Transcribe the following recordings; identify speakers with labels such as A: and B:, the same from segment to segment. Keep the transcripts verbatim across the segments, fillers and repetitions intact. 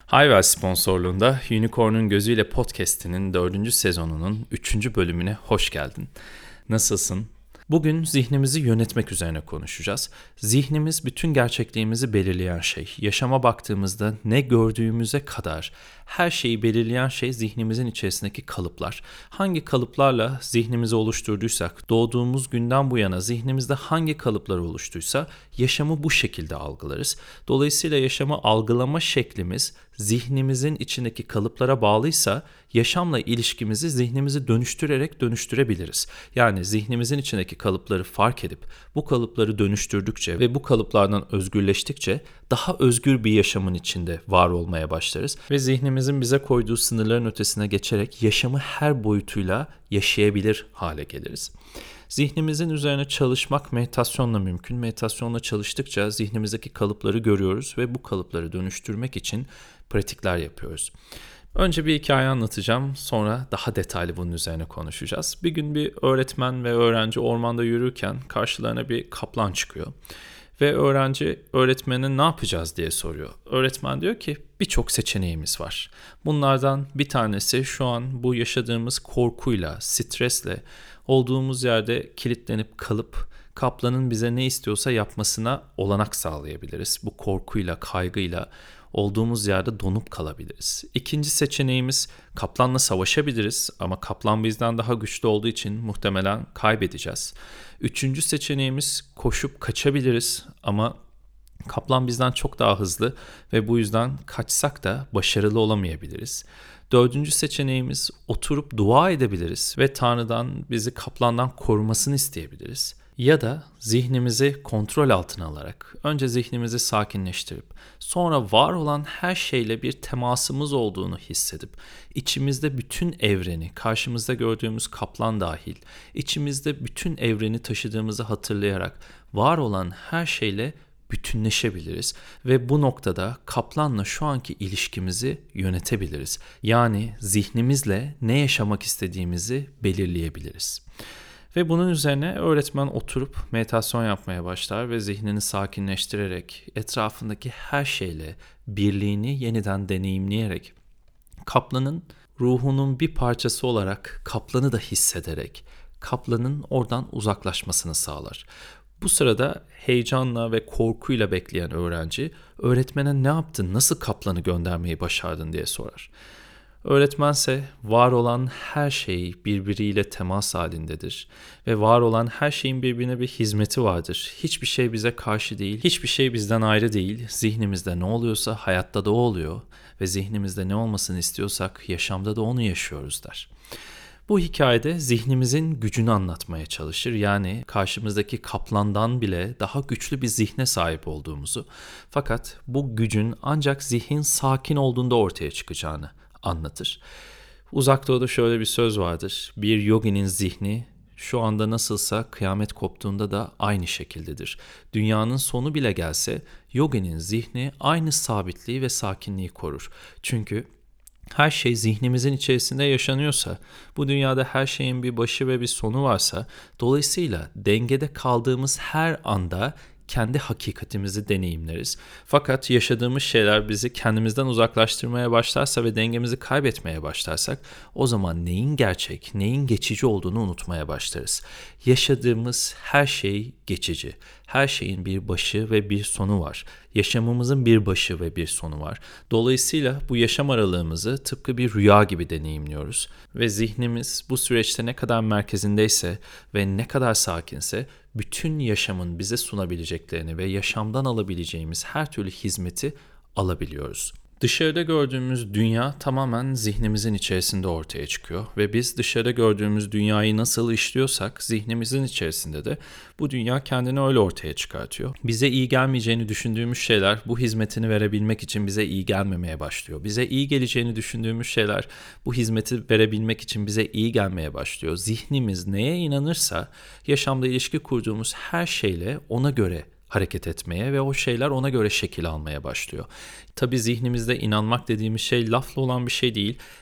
A: Hayvel sponsorluğunda Unicorn'un Gözüyle Podcast'inin dördüncü sezonunun üçüncü bölümüne hoş geldin. Nasılsın? Bugün zihnimizi yönetmek üzerine konuşacağız. Zihnimiz bütün gerçekliğimizi belirleyen şey. Yaşama baktığımızda ne gördüğümüze kadar her şeyi belirleyen şey zihnimizin içerisindeki kalıplar. Hangi kalıplarla zihnimizi oluşturduysak, doğduğumuz günden bu yana zihnimizde hangi kalıplar oluştuysa yaşamı bu şekilde algılarız. Dolayısıyla yaşamı algılama şeklimiz zihnimizin içindeki kalıplara bağlıysa yaşamla ilişkimizi zihnimizi dönüştürerek dönüştürebiliriz. Yani zihnimizin içindeki kalıpları fark edip bu kalıpları dönüştürdükçe ve bu kalıplardan özgürleştikçe daha özgür bir yaşamın içinde var olmaya başlarız ve zihnimizin bize koyduğu sınırların ötesine geçerek yaşamı her boyutuyla yaşayabilir hale geliriz. Zihnimizin üzerine çalışmak meditasyonla mümkün. Meditasyonla çalıştıkça zihnimizdeki kalıpları görüyoruz ve bu kalıpları dönüştürmek için pratikler yapıyoruz. Önce bir hikaye anlatacağım, sonra daha detaylı bunun üzerine konuşacağız. Bir gün bir öğretmen ve öğrenci ormanda yürürken karşılarına bir kaplan çıkıyor. Ve öğrenci öğretmene ne yapacağız diye soruyor. Öğretmen diyor ki birçok seçeneğimiz var. Bunlardan bir tanesi şu an bu yaşadığımız korkuyla, stresle olduğumuz yerde kilitlenip kalıp kaplanın bize ne istiyorsa yapmasına olanak sağlayabiliriz. Bu korkuyla, kaygıyla olduğumuz yerde donup kalabiliriz. İkinci seçeneğimiz kaplanla savaşabiliriz ama kaplan bizden daha güçlü olduğu için muhtemelen kaybedeceğiz. Üçüncü seçeneğimiz koşup kaçabiliriz ama kaplan bizden çok daha hızlı ve bu yüzden kaçsak da başarılı olamayabiliriz. Dördüncü seçeneğimiz oturup dua edebiliriz ve Tanrı'dan bizi kaplandan korumasını isteyebiliriz. Ya da zihnimizi kontrol altına alarak önce zihnimizi sakinleştirip sonra var olan her şeyle bir temasımız olduğunu hissedip içimizde bütün evreni, karşımızda gördüğümüz kaplan dahil, içimizde bütün evreni taşıdığımızı hatırlayarak var olan her şeyle bütünleşebiliriz ve bu noktada kaplanla şu anki ilişkimizi yönetebiliriz. Yani zihnimizle ne yaşamak istediğimizi belirleyebiliriz. Ve bunun üzerine öğretmen oturup meditasyon yapmaya başlar ve zihnini sakinleştirerek etrafındaki her şeyle birliğini yeniden deneyimleyerek kaplanın ruhunun bir parçası olarak kaplanı da hissederek kaplanın oradan uzaklaşmasını sağlar. Bu sırada heyecanla ve korkuyla bekleyen öğrenci öğretmene ne yaptın, nasıl kaplanı göndermeyi başardın diye sorar. Öğretmense var olan her şey birbiriyle temas halindedir ve var olan her şeyin birbirine bir hizmeti vardır. Hiçbir şey bize karşı değil, hiçbir şey bizden ayrı değil. Zihnimizde ne oluyorsa hayatta da o oluyor ve zihnimizde ne olmasını istiyorsak yaşamda da onu yaşıyoruz der. Bu hikayede zihnimizin gücünü anlatmaya çalışır. Yani karşımızdaki kaplandan bile daha güçlü bir zihne sahip olduğumuzu, fakat bu gücün ancak zihin sakin olduğunda ortaya çıkacağını anlatır. Uzak Doğu'da şöyle bir söz vardır. Bir yoginin zihni şu anda nasılsa kıyamet koptuğunda da aynı şekildedir. Dünyanın sonu bile gelse yoginin zihni aynı sabitliği ve sakinliği korur. Çünkü her şey zihnimizin içerisinde yaşanıyorsa, bu dünyada her şeyin bir başı ve bir sonu varsa, dolayısıyla dengede kaldığımız her anda kendi hakikatimizi deneyimleriz. Fakat yaşadığımız şeyler bizi kendimizden uzaklaştırmaya başlarsa ve dengemizi kaybetmeye başlarsak, o zaman neyin gerçek, neyin geçici olduğunu unutmaya başlarız. Yaşadığımız her şey geçici. Her şeyin bir başı ve bir sonu var. Yaşamımızın bir başı ve bir sonu var. Dolayısıyla bu yaşam aralığımızı tıpkı bir rüya gibi deneyimliyoruz. Ve zihnimiz bu süreçte ne kadar merkezindeyse ve ne kadar sakinse bütün yaşamın bize sunabileceklerini ve yaşamdan alabileceğimiz her türlü hizmeti alabiliyoruz. Dışarıda gördüğümüz dünya tamamen zihnimizin içerisinde ortaya çıkıyor ve biz dışarıda gördüğümüz dünyayı nasıl işliyorsak zihnimizin içerisinde de bu dünya kendini öyle ortaya çıkartıyor. Bize iyi gelmeyeceğini düşündüğümüz şeyler bu hizmetini verebilmek için bize iyi gelmemeye başlıyor. Bize iyi geleceğini düşündüğümüz şeyler bu hizmeti verebilmek için bize iyi gelmeye başlıyor. Zihnimiz neye inanırsa yaşamda ilişki kurduğumuz her şeyle ona göre hareket etmeye ve o şeyler ona göre şekil almaya başlıyor. Tabii zihnimizde inanmak dediğimiz şey lafla olan bir şey değil.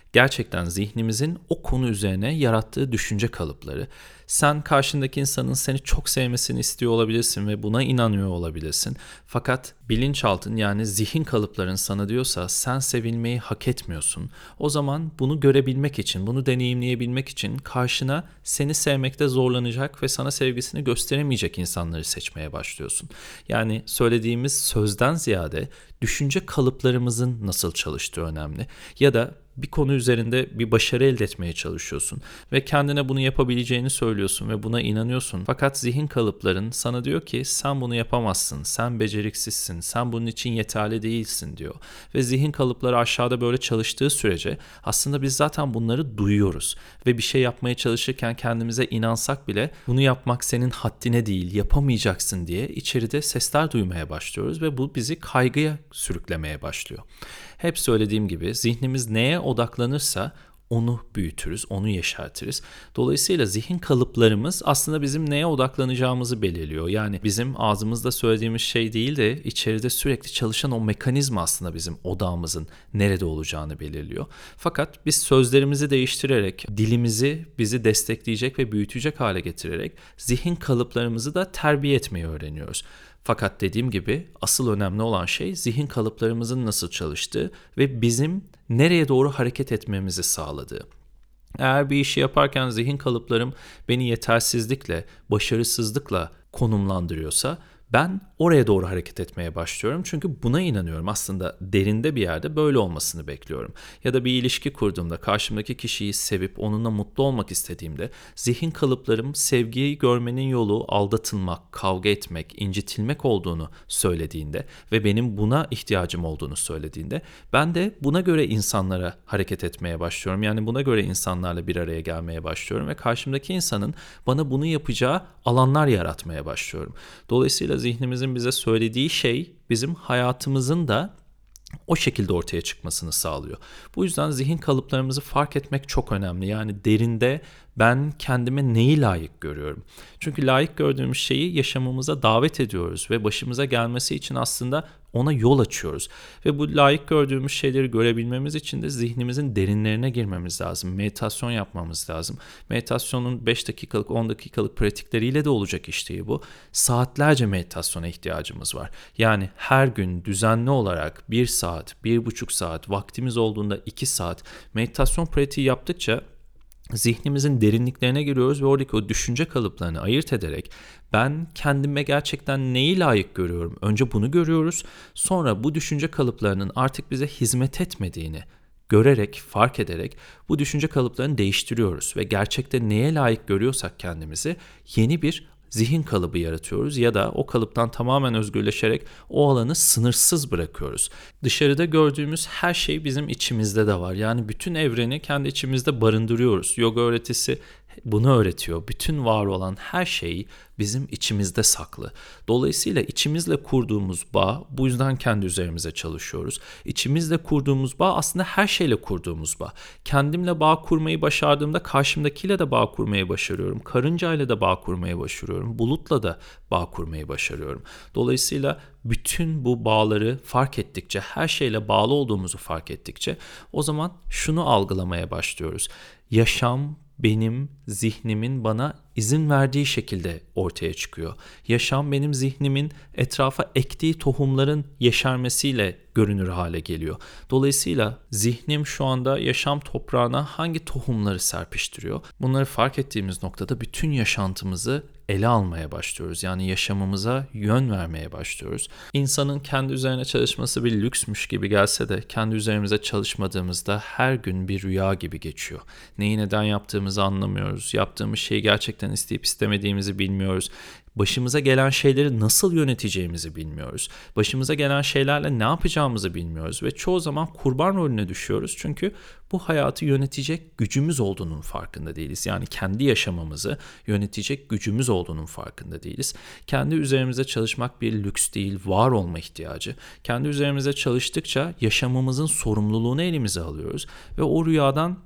A: Gerçekten zihnimizin o konu üzerine yarattığı düşünce kalıpları. Sen karşındaki insanın seni çok sevmesini istiyor olabilirsin ve buna inanıyor olabilirsin. Fakat bilinçaltın yani zihin kalıpların sana diyorsa sen sevilmeyi hak etmiyorsun. O zaman bunu görebilmek için, bunu deneyimleyebilmek için karşına seni sevmekte zorlanacak ve sana sevgisini gösteremeyecek insanları seçmeye başlıyorsun. Yani söylediğimiz sözden ziyade düşünce kalıplarımızın nasıl çalıştığı önemli. Ya da bir konu üzerinde bir başarı elde etmeye çalışıyorsun ve kendine bunu yapabileceğini söylüyorsun ve buna inanıyorsun. Fakat zihin kalıpların sana diyor ki sen bunu yapamazsın, sen beceriksizsin, sen bunun için yeterli değilsin diyor. Ve zihin kalıpları aşağıda böyle çalıştığı sürece aslında biz zaten bunları duyuyoruz. Ve bir şey yapmaya çalışırken kendimize inansak bile bunu yapmak senin haddine değil, yapamayacaksın diye içeride sesler duymaya başlıyoruz ve bu bizi kaygıya sürüklemeye başlıyor. Hep söylediğim gibi zihnimiz neye odaklanırsa onu büyütürüz, onu yeşertiriz. Dolayısıyla zihin kalıplarımız aslında bizim neye odaklanacağımızı belirliyor. Yani bizim ağzımızda söylediğimiz şey değil de içeride sürekli çalışan o mekanizma aslında bizim odağımızın nerede olacağını belirliyor. Fakat biz sözlerimizi değiştirerek, dilimizi bizi destekleyecek ve büyütecek hale getirerek zihin kalıplarımızı da terbiye etmeyi öğreniyoruz. Fakat dediğim gibi asıl önemli olan şey zihin kalıplarımızın nasıl çalıştığı ve bizim nereye doğru hareket etmemizi sağladığı. Eğer bir işi yaparken zihin kalıplarım beni yetersizlikle, başarısızlıkla konumlandırıyorsa ben oraya doğru hareket etmeye başlıyorum. Çünkü buna inanıyorum. Aslında derinde bir yerde böyle olmasını bekliyorum. Ya da bir ilişki kurduğumda, karşımdaki kişiyi sevip onunla mutlu olmak istediğimde zihin kalıplarım sevgiyi görmenin yolu aldatılmak, kavga etmek, incitilmek olduğunu söylediğinde ve benim buna ihtiyacım olduğunu söylediğinde ben de buna göre insanlara hareket etmeye başlıyorum. Yani buna göre insanlarla bir araya gelmeye başlıyorum ve karşımdaki insanın bana bunu yapacağı alanlar yaratmaya başlıyorum. Dolayısıyla zihnimizin bize söylediği şey bizim hayatımızın da o şekilde ortaya çıkmasını sağlıyor. Bu yüzden zihin kalıplarımızı fark etmek çok önemli. Yani derinde ben kendime neyi layık görüyorum? Çünkü layık gördüğümüz şeyi yaşamımıza davet ediyoruz ve başımıza gelmesi için aslında ona yol açıyoruz. Ve bu layık gördüğümüz şeyleri görebilmemiz için de zihnimizin derinlerine girmemiz lazım. Meditasyon yapmamız lazım. Meditasyonun beş dakikalık, on dakikalık pratikleriyle de olacak iş değil bu. Saatlerce meditasyona ihtiyacımız var. Yani her gün düzenli olarak bir saat, bir buçuk saat, vaktimiz olduğunda iki saat meditasyon pratiği yaptıkça zihnimizin derinliklerine giriyoruz ve oradaki o düşünce kalıplarını ayırt ederek ben kendime gerçekten neyi layık görüyorum? Önce bunu görüyoruz. Sonra bu düşünce kalıplarının artık bize hizmet etmediğini görerek, fark ederek bu düşünce kalıplarını değiştiriyoruz ve gerçekte neye layık görüyorsak kendimizi yeni bir zihin kalıbı yaratıyoruz ya da o kalıptan tamamen özgürleşerek o alanı sınırsız bırakıyoruz. Dışarıda gördüğümüz her şey bizim içimizde de var. Yani bütün evreni kendi içimizde barındırıyoruz. Yoga öğretisi bunu öğretiyor. Bütün var olan her şey bizim içimizde saklı. Dolayısıyla içimizle kurduğumuz bağ, bu yüzden kendi üzerimize çalışıyoruz. İçimizle kurduğumuz bağ aslında her şeyle kurduğumuz bağ. Kendimle bağ kurmayı başardığımda karşımdakiyle de bağ kurmayı başarıyorum. Karıncayla da bağ kurmayı başarıyorum. Bulutla da bağ kurmayı başarıyorum. Dolayısıyla bütün bu bağları fark ettikçe, her şeyle bağlı olduğumuzu fark ettikçe o zaman şunu algılamaya başlıyoruz. Yaşam benim zihnimin bana izin verdiği şekilde ortaya çıkıyor. Yaşam benim zihnimin etrafa ektiği tohumların yeşermesiyle görünür hale geliyor. Dolayısıyla zihnim şu anda yaşam toprağına hangi tohumları serpiştiriyor? Bunları fark ettiğimiz noktada bütün yaşantımızı ele almaya başlıyoruz. Yani yaşamımıza yön vermeye başlıyoruz. İnsanın kendi üzerine çalışması bir lüksmüş gibi gelse de kendi üzerimize çalışmadığımızda her gün bir rüya gibi geçiyor. Neyi neden yaptığımızı anlamıyoruz. Yaptığımız şeyi gerçekten isteyip istemediğimizi bilmiyoruz. Başımıza gelen şeyleri nasıl yöneteceğimizi bilmiyoruz. Başımıza gelen şeylerle ne yapacağımızı bilmiyoruz ve çoğu zaman kurban rolüne düşüyoruz. Çünkü bu hayatı yönetecek gücümüz olduğunun farkında değiliz. Yani kendi yaşamamızı yönetecek gücümüz olduğunun farkında değiliz. Kendi üzerimize çalışmak bir lüks değil, var olma ihtiyacı. Kendi üzerimize çalıştıkça yaşamımızın sorumluluğunu elimize alıyoruz ve o rüyadan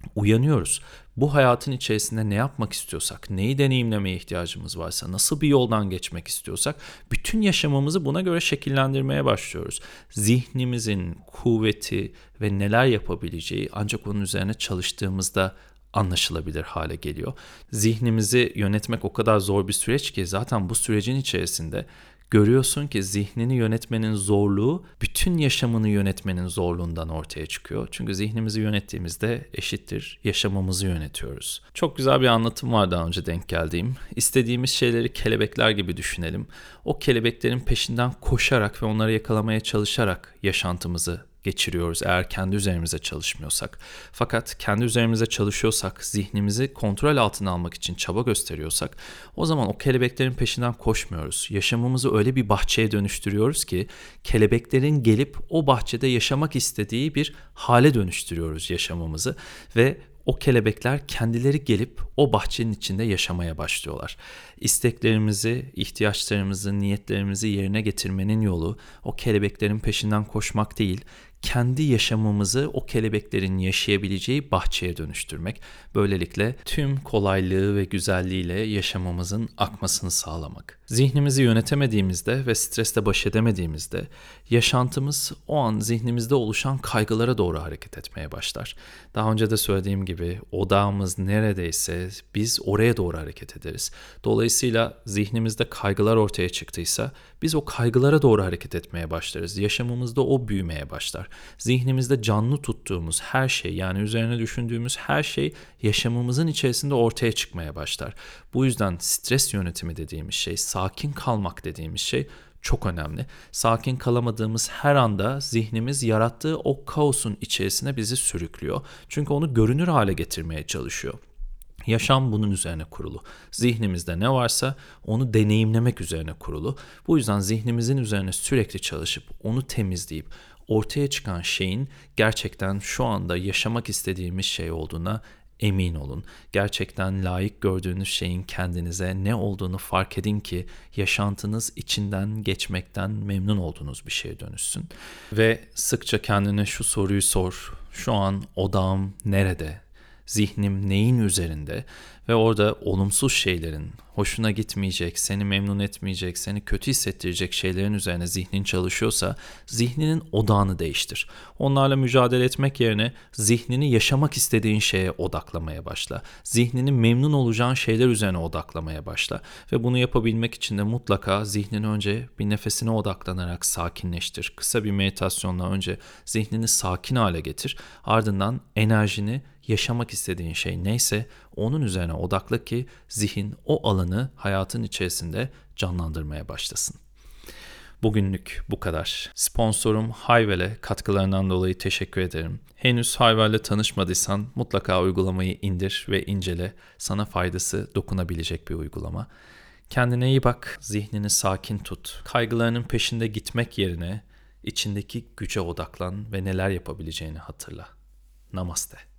A: Uyanıyoruz. Bu hayatın içerisinde ne yapmak istiyorsak, neyi deneyimlemeye ihtiyacımız varsa, nasıl bir yoldan geçmek istiyorsak bütün yaşamımızı buna göre şekillendirmeye başlıyoruz. Zihnimizin kuvveti ve neler yapabileceği ancak onun üzerine çalıştığımızda anlaşılabilir hale geliyor. Zihnimizi yönetmek o kadar zor bir süreç ki zaten bu sürecin içerisinde görüyorsun ki zihnini yönetmenin zorluğu bütün yaşamını yönetmenin zorluğundan ortaya çıkıyor. Çünkü zihnimizi yönettiğimizde eşittir yaşamımızı yönetiyoruz. Çok güzel bir anlatım var daha önce denk geldiğim. İstediğimiz şeyleri kelebekler gibi düşünelim. O kelebeklerin peşinden koşarak ve onları yakalamaya çalışarak yaşantımızı geçiriyoruz eğer kendi üzerimize çalışmıyorsak. Fakat kendi üzerimize çalışıyorsak, zihnimizi kontrol altına almak için çaba gösteriyorsak o zaman o kelebeklerin peşinden koşmuyoruz. Yaşamımızı öyle bir bahçeye dönüştürüyoruz ki kelebeklerin gelip o bahçede yaşamak istediği bir hale dönüştürüyoruz yaşamımızı ve o kelebekler kendileri gelip o bahçenin içinde yaşamaya başlıyorlar. İsteklerimizi, ihtiyaçlarımızı, niyetlerimizi yerine getirmenin yolu o kelebeklerin peşinden koşmak değil, kendi yaşamımızı o kelebeklerin yaşayabileceği bahçeye dönüştürmek. Böylelikle tüm kolaylığı ve güzelliğiyle yaşamımızın akmasını sağlamak. Zihnimizi yönetemediğimizde ve stresle baş edemediğimizde yaşantımız o an zihnimizde oluşan kaygılara doğru hareket etmeye başlar. Daha önce de söylediğim gibi odağımız neredeyse biz oraya doğru hareket ederiz. Dolayısıyla zihnimizde kaygılar ortaya çıktıysa biz o kaygılara doğru hareket etmeye başlarız. Yaşamımızda o büyümeye başlar. Zihnimizde canlı tuttuğumuz her şey yani üzerine düşündüğümüz her şey yaşamımızın içerisinde ortaya çıkmaya başlar. Bu yüzden stres yönetimi dediğimiz şey, sakin kalmak dediğimiz şey çok önemli. Sakin kalamadığımız her anda zihnimiz yarattığı o kaosun içerisine bizi sürüklüyor. Çünkü onu görünür hale getirmeye çalışıyor. Yaşam bunun üzerine kurulu. Zihnimizde ne varsa onu deneyimlemek üzerine kurulu. Bu yüzden zihnimizin üzerine sürekli çalışıp onu temizleyip ortaya çıkan şeyin gerçekten şu anda yaşamak istediğimiz şey olduğuna emin olun. Gerçekten layık gördüğünüz şeyin kendinize ne olduğunu fark edin ki yaşantınız içinden geçmekten memnun olduğunuz bir şeye dönüşsün. Ve sıkça kendine şu soruyu sor. Şu an odağım nerede? Zihnim neyin üzerinde ve orada olumsuz şeylerin, hoşuna gitmeyecek, seni memnun etmeyecek, seni kötü hissettirecek şeylerin üzerine zihnin çalışıyorsa zihninin odağını değiştir. Onlarla mücadele etmek yerine zihnini yaşamak istediğin şeye odaklamaya başla. Zihnini memnun olacağın şeyler üzerine odaklamaya başla. Ve bunu yapabilmek için de mutlaka zihnini önce bir nefesine odaklanarak sakinleştir. Kısa bir meditasyonla önce zihnini sakin hale getir. Ardından enerjini yaşamak istediğin şey neyse onun üzerine odakla ki zihin o alanı hayatın içerisinde canlandırmaya başlasın. Bugünlük bu kadar. Sponsorum Hayvel'e katkılarından dolayı teşekkür ederim. Henüz Hayvel'le tanışmadıysan mutlaka uygulamayı indir ve incele. Sana faydası dokunabilecek bir uygulama. Kendine iyi bak, zihnini sakin tut. Kaygılarının peşinde gitmek yerine içindeki güce odaklan ve neler yapabileceğini hatırla. Namaste.